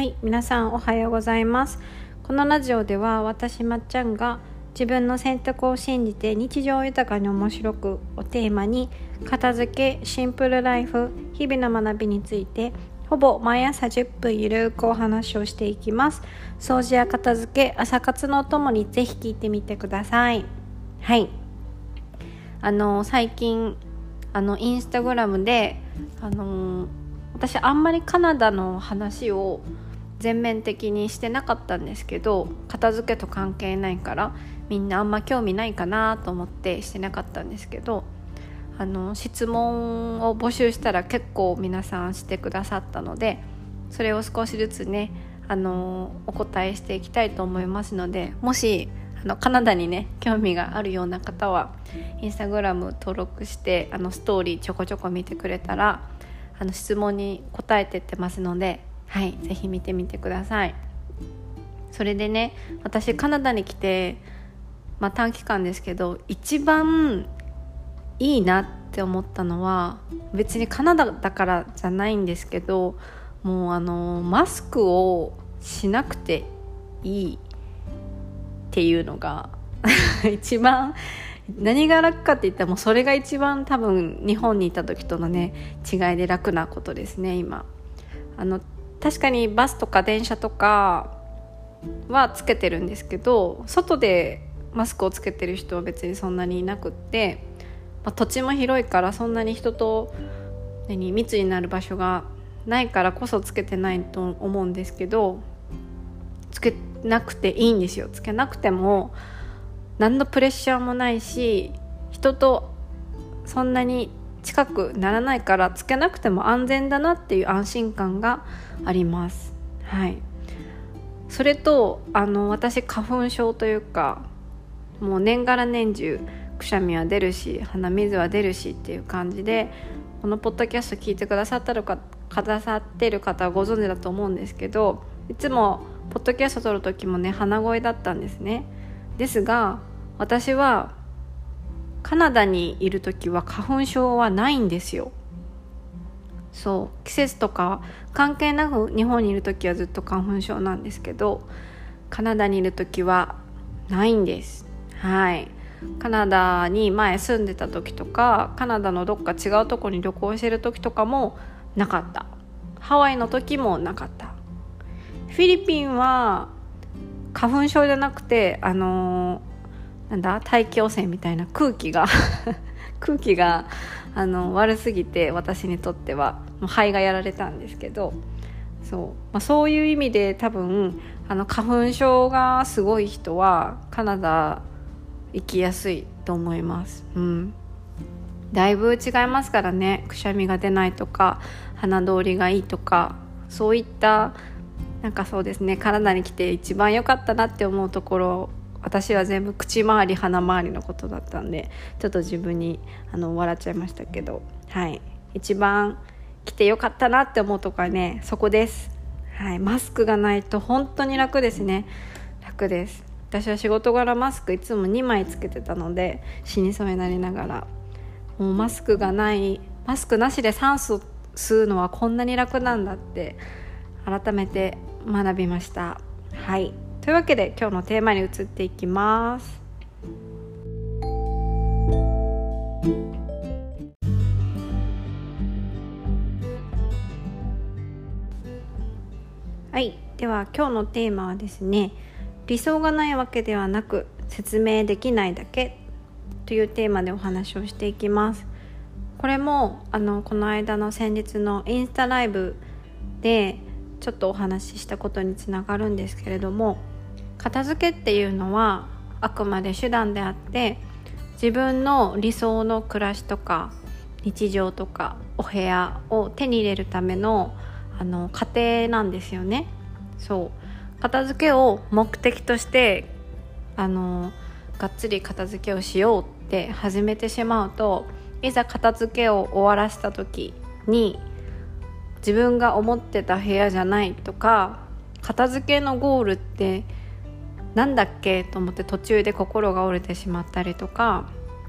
い、皆さんおはようございます。このラジオでは私まっちゃんが自分の選択を信じて日常豊かに面白くをテーマに片付け、シンプルライフ、日々の学びについてほぼ毎朝10分ゆるくお話をしていきます。掃除や片付け、朝活のお供にぜひ聞いてみてください。はい。最近インスタグラムで私あんまりカナダの話を全面的にしてなかったんですけど、片付けと関係ないからみんなあんま興味ないかなと思ってしてなかったんですけど、質問を募集したら結構皆さんしてくださったので、それを少しずつねお答えしていきたいと思いますので、もしカナダにね興味があるような方はインスタグラム登録してストーリーちょこちょこ見てくれたら質問に答えてってますので、はい、ぜひ見てみてください。それでね、私カナダに来て、短期間ですけど一番いいなって思ったのは、別にカナダだからじゃないんですけど、もうマスクをしなくていいっていうのが一番何が楽かって言ったら、もうそれが一番多分日本にいた時とのね違いで楽なことですね。今確かにバスとか電車とかはつけてるんですけど、外でマスクをつけてる人は別にそんなにいなくって、土地も広いからそんなに人と密になる場所がないからこそつけてないと思うんですけど、つけなくていいんですよ。つけなくても何のプレッシャーもないし、人とそんなに近くならないからつけなくても安全だなっていう安心感があります。はい。それと私花粉症というか、もう年がら年中くしゃみは出るし鼻水は出るしっていう感じで、このポッドキャスト聞いてくださってる方はご存知だと思うんですけど、いつもポッドキャスト撮る時もね鼻声だったんですね。ですが私はカナダにいる時は花粉症はないんですよ。そう、季節とか関係なく日本にいる時はずっと花粉症なんですけど、カナダにいる時はないんです。はい。カナダに前住んでた時とか、カナダのどっか違うとこに旅行してる時とかもなかった。ハワイの時もなかった。フィリピンは花粉症じゃなくて大気汚染みたいな空気が悪すぎて、私にとってはもう肺がやられたんですけど、そういう意味で多分花粉症がすごい人はカナダ行きやすいと思います。だいぶ違いますからね。くしゃみが出ないとか鼻通りがいいとか、そういったそうですね、カナダに来て一番良かったなって思うところ、私は全部口周り鼻周りのことだったんで、ちょっと自分に笑っちゃいましたけど、はい、一番来て良かったなって思うところはねそこです。はい、マスクがないと本当に楽ですね。楽です。私は仕事柄マスクいつも2枚つけてたので死にそうになりながら、もうマスクなしで酸素吸うのはこんなに楽なんだって改めて学びました。はい。というわけで今日のテーマに移っていきます。はい。では今日のテーマはですね、理想がないわけではなく説明できないだけというテーマでお話をしていきます。これもこの間の先日のインスタライブでちょっとお話ししたことにつながるんですけれども、片付けっていうのはあくまで手段であって、自分の理想の暮らしとか日常とかお部屋を手に入れるための過程なんですよね。そう、片付けを目的としてがっつり片付けをしようって始めてしまうと、いざ片付けを終わらせた時に自分が思ってた部屋じゃないとか、片付けのゴールってなんだっけと思って途中で心が折れてしまったりとか、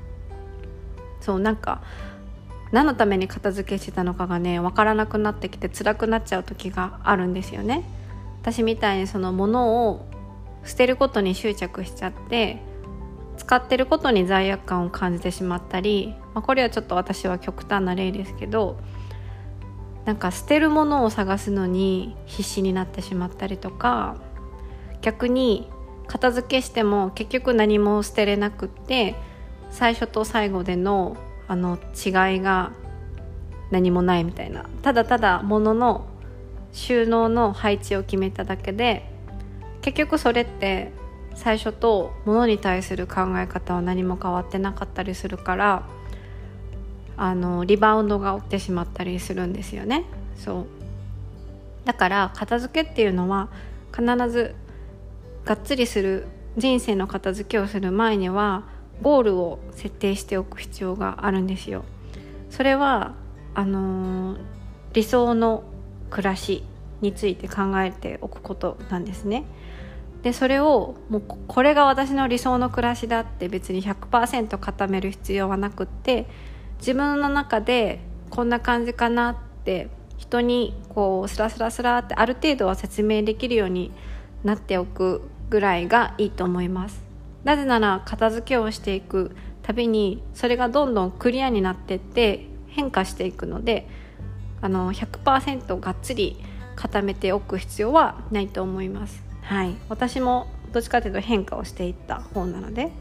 何のために片付けしてたのかがね分からなくなってきて辛くなっちゃう時があるんですよね。 私みたいにその物を捨てることに執着しちゃって使ってることに罪悪感を感じてしまったり、これはちょっと私は極端な例ですけど、なんか捨てるものを探すのに必死になってしまったりとか、逆に片付けしても結局何も捨てれなくって、最初と最後での違いが何もないみたいな、ただただ物の収納の配置を決めただけで、結局それって最初と物に対する考え方は何も変わってなかったりするから、リバウンドが起きてしまったりするんですよね。そうだから片付けっていうのは必ずがっつりする人生の片付けをする前にはゴールを設定しておく必要があるんですよ。それは理想の暮らしについて考えておくことなんですね。でそれをもうこれが私の理想の暮らしだって別に 100% 固める必要はなくって、自分の中でこんな感じかなって人にこうスラスラスラってある程度は説明できるようになっておくぐらいがいいと思います。なぜなら片付けをしていくたびにそれがどんどんクリアになっていって変化していくので、100% がっつり固めておく必要はないと思います。はい、私もどっちかというと変化をしていった方なので、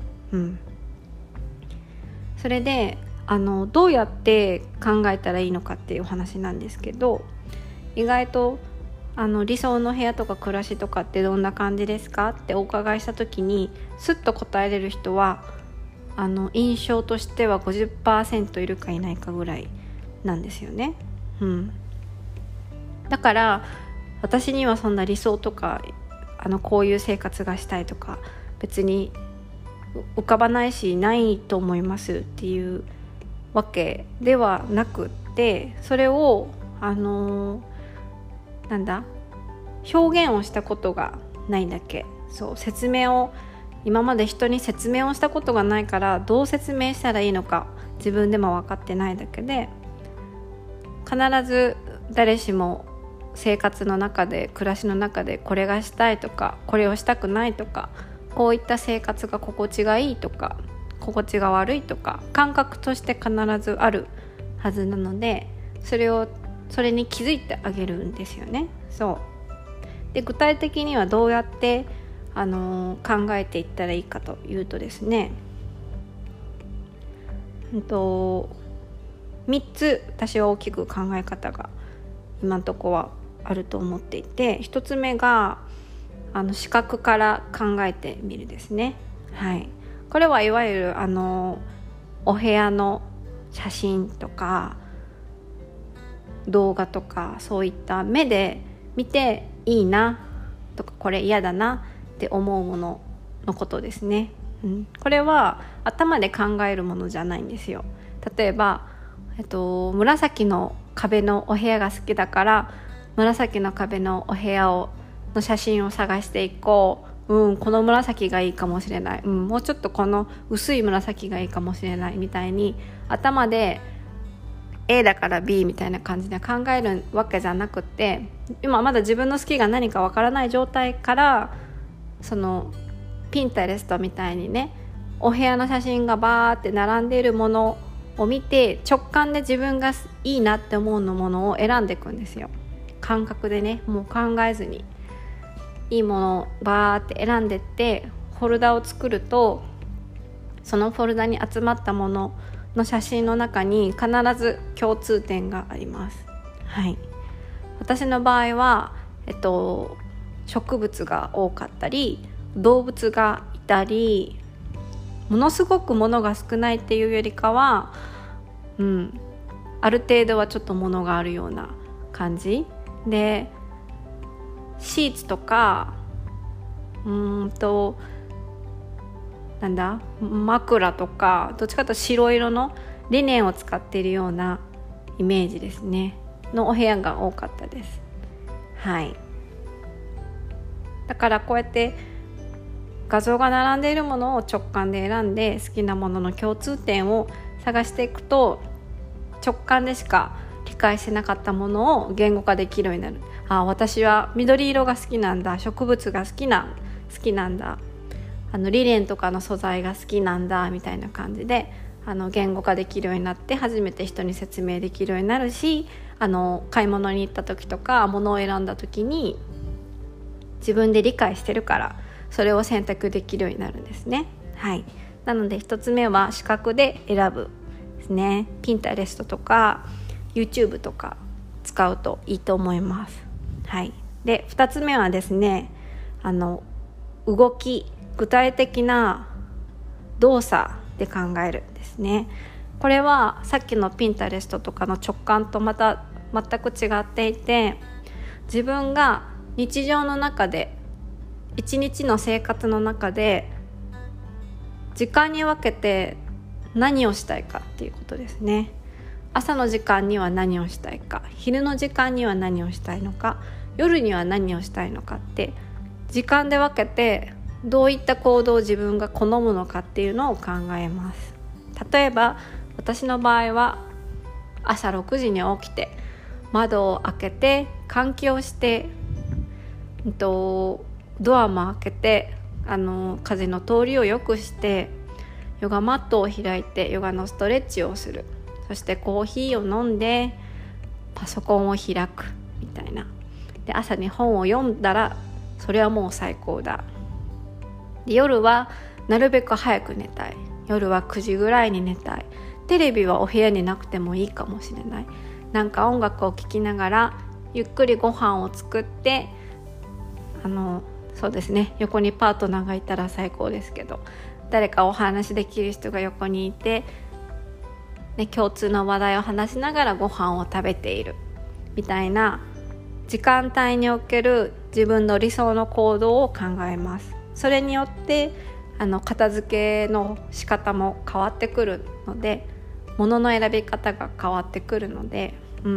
それでどうやって考えたらいいのかっていうお話なんですけど、意外と理想の部屋とか暮らしとかってどんな感じですかってお伺いした時にスッと答えれる人は印象としては 50% いるかいないかぐらいなんですよね。だから私にはそんな理想とかこういう生活がしたいとか別に浮かばないしないと思いますっていうわけではなくって、それを表現をしたことがないだけ。今まで人に説明をしたことがないから、どう説明したらいいのか自分でも分かってないだけで、必ず誰しも生活の中で暮らしの中でこれがしたいとかこれをしたくないとか、こういった生活が心地がいいとか心地が悪いとか感覚として必ずあるはずなので、それに気づいてあげるんですよね。で具体的にはどうやって考えていったらいいかというとですね、3つ私は大きく考え方が今のところはあると思っていて、1つ目が視覚から考えてみるですね。これはいわゆるお部屋の写真とか動画とか、そういった目で見ていいなとかこれ嫌だなって思うもののことですね。これは頭で考えるものじゃないんですよ。例えば、紫の壁のお部屋が好きだから紫の壁のお部屋の写真を探していこう、この紫がいいかもしれない、もうちょっとこの薄い紫がいいかもしれないみたいに頭で A だから B みたいな感じで考えるわけじゃなくて、今まだ自分の好きが何かわからない状態からそのピンタレストみたいにね、お部屋の写真がバーって並んでいるものを見て直感で自分がいいなって思うものを選んでいくんですよ。感覚でね、もう考えずにいいものをバーって選んでってフォルダを作ると、そのフォルダに集まったものの写真の中に必ず共通点があります。私の場合は、植物が多かったり動物がいたり、ものすごく物が少ないっていうよりかは、ある程度はちょっと物があるような感じで、シーツとか枕とか、どっちかというと白色のリネンを使っているようなイメージですねのお部屋が多かったです。だからこうやって画像が並んでいるものを直感で選んで好きなものの共通点を探していくと、直感でしか理解してなかったものを言語化できるようになる。 私は緑色が好きなんだ、植物が好きなんだ、リネンとかの素材が好きなんだみたいな感じで言語化できるようになって初めて人に説明できるようになるし、買い物に行った時とか物を選んだ時に自分で理解してるからそれを選択できるようになるんですね。はい、なので1つ目は視覚で選ぶですね。Pinterest とか YouTube とか使うといいと思います。はい、で2つ目はですね、動き、具体的な動作で考えるんですね。これはさっきの Pinterest とかの直感とまた全く違っていて、自分が日常の中で一日の生活の中で時間に分けて何をしたいかっていうことですね。朝の時間には何をしたいか、昼の時間には何をしたいのか、夜には何をしたいのかって時間で分けてどういった行動を自分が好むのかっていうのを考えます。例えば私の場合は朝6時に起きて窓を開けて換気をしてドアも開けて風の通りを良くしてヨガマットを開いてヨガのストレッチをする、そしてコーヒーを飲んでパソコンを開くみたいな。で朝に本を読んだらそれはもう最高だ。で夜はなるべく早く寝たい。夜は9時ぐらいに寝たい。テレビはお部屋になくてもいいかもしれない。なんか音楽を聴きながらゆっくりご飯を作ってそうですね、横にパートナーがいたら最高ですけど、誰かお話できる人が横にいて、共通の話題を話しながらご飯を食べているみたいな時間帯における自分の理想の行動を考えます。それによって片付けの仕方も変わってくるので、物の選び方が変わってくるので、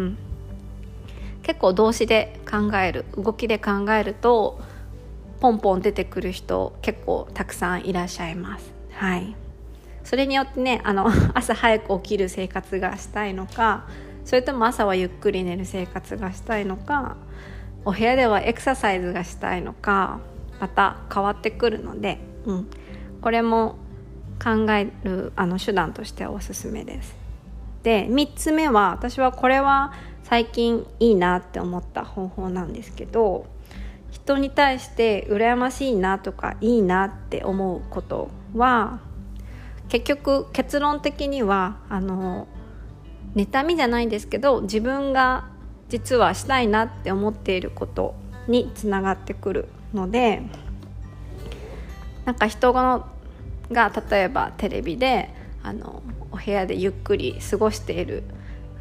結構動詞で考える、動きで考えるとポンポン出てくる人結構たくさんいらっしゃいます。はい、それによってね、朝早く起きる生活がしたいのか、それとも朝はゆっくり寝る生活がしたいのか、お部屋ではエクササイズがしたいのか、また変わってくるので、これも考える手段としてはおすすめです。で3つ目は、私はこれは最近いいなって思った方法なんですけど、人に対して羨ましいなとかいいなって思うことは結局結論的には妬みじゃないんですけど、自分が実はしたいなって思っていることにつながってくるので、なんか人が例えばテレビでお部屋でゆっくり過ごしている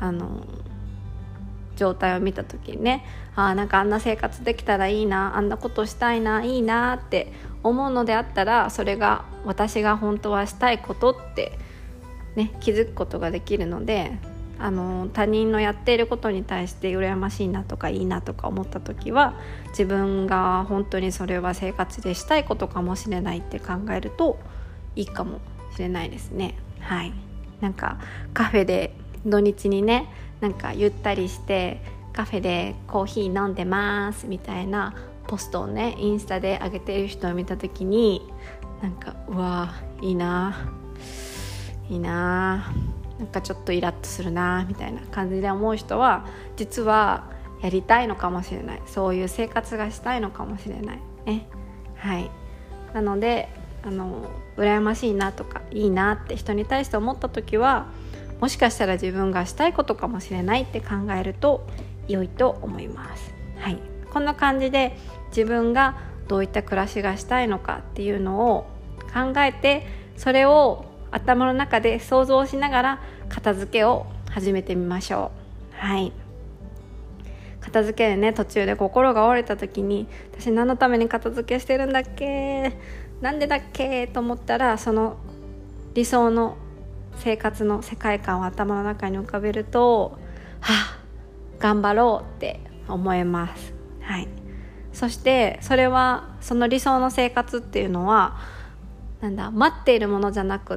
状態を見た時にね、なんかあんな生活できたらいいな、あんなことしたいな、いいなって思うのであったら、それが私が本当はしたいことってね、気づくことができるので、他人のやっていることに対して羨ましいなとかいいなとか思った時は、自分が本当にそれは生活でしたいことかもしれないって考えるといいかもしれないですね。はい、なんかカフェで土日にね、なんかゆったりしてカフェでコーヒー飲んでますみたいなポストをね、インスタで上げている人を見た時に、なんかうわいいないいな、なんかちょっとイラッとするなみたいな感じで思う人は、実はやりたいのかもしれない、そういう生活がしたいのかもしれないね。はい、なので羨ましいなとかいいなって人に対して思った時は、もしかしたら自分がしたいことかもしれないって考えると良いと思います。はい、こんな感じで自分がどういった暮らしがしたいのかっていうのを考えて、それを頭の中で想像しながら片付けを始めてみましょう。はい、片付けでね、途中で心が折れた時に、私何のために片付けしてるんだっけ、なんでだっけと思ったら、その理想の生活の世界観を頭の中に浮かべると、頑張ろうって思えます。はい、そしてそれは、その理想の生活っていうのは待っているものじゃなくって、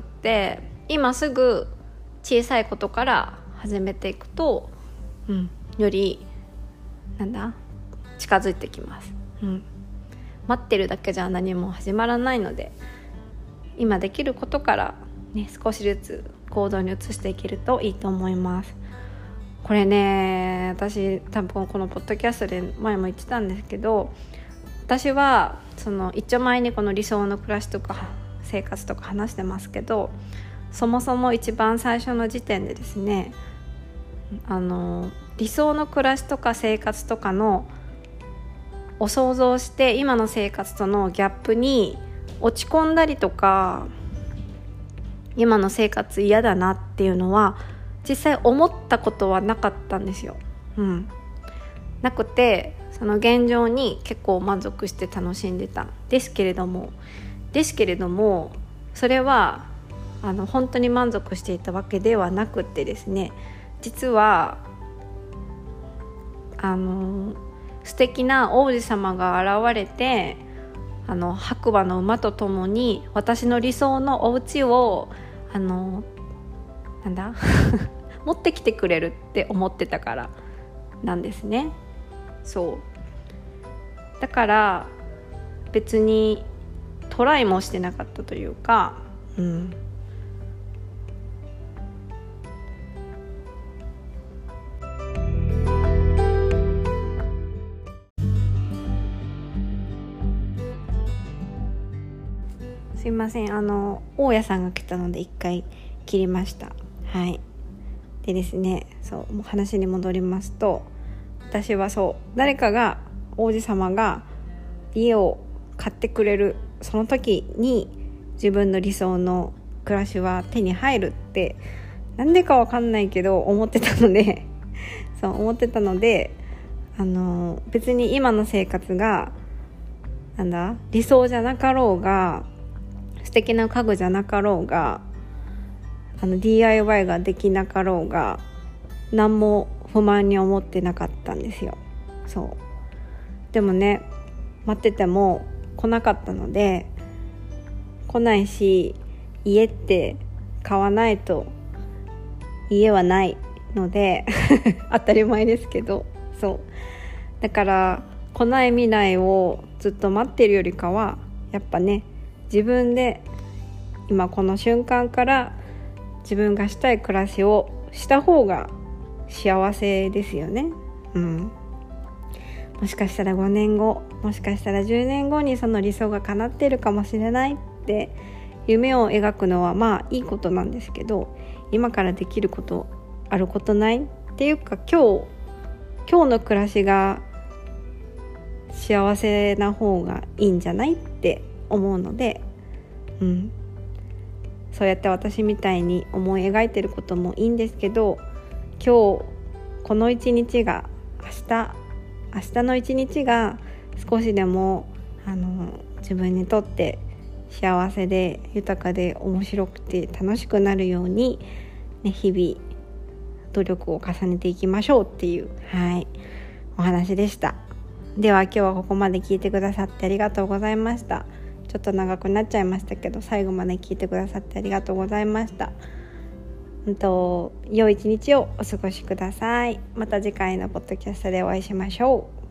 今すぐ小さいことから始めていくと、より近づいてきます、待ってるだけじゃ何も始まらないので、今できることから、少しずつ行動に移していけるといいと思います。これね、私多分このポッドキャストで前も言ってたんですけど、私はその一丁前にこの理想の暮らしとか生活とか話してますけど、そもそも一番最初の時点でですね、理想の暮らしとか生活とかのを想像して今の生活とのギャップに落ち込んだりとか、今の生活嫌だなっていうのは実際思ったことはなかったんですよ、なくて、その現状に結構満足して楽しんでたですけれどもそれは本当に満足していたわけではなくってですね、実は素敵な王子様が現れて、白馬の馬とともに私の理想のお家を持ってきてくれるって思ってたからなんですね。そうだから別にトライもしてなかったというか、すいません、大家さんが来たので一回切りました。でですね、もう話に戻りますと、私は誰かが王子様が家を買ってくれるその時に自分の理想の暮らしは手に入るってなんでかわかんないけど思ってたので別に今の生活が理想じゃなかろうが、素敵な家具じゃなかろうが、DIY ができなかろうが、何も不満に思ってなかったんですよ。でもね、待ってても来なかったので、来ないし、家って買わないと家はないので当たり前ですけど、だから来ない未来をずっと待ってるよりかは、やっぱね、自分で今この瞬間から自分がしたい暮らしをした方が幸せですよね。もしかしたら5年後、もしかしたら10年後にその理想が叶っているかもしれないって夢を描くのはいいことなんですけど、今からできることあることないっていうか、今日の暮らしが幸せな方がいいんじゃないって思うので、そうやって私みたいに思い描いてることもいいんですけど、今日この一日が明日の一日が少しでも自分にとって幸せで豊かで面白くて楽しくなるように、日々努力を重ねていきましょうっていうお話でした。では今日はここまで聞いてくださってありがとうございました。ちょっと長くなっちゃいましたけど、最後まで聞いてくださってありがとうございました。良い一日をお過ごしください。また次回のポッドキャストでお会いしましょう。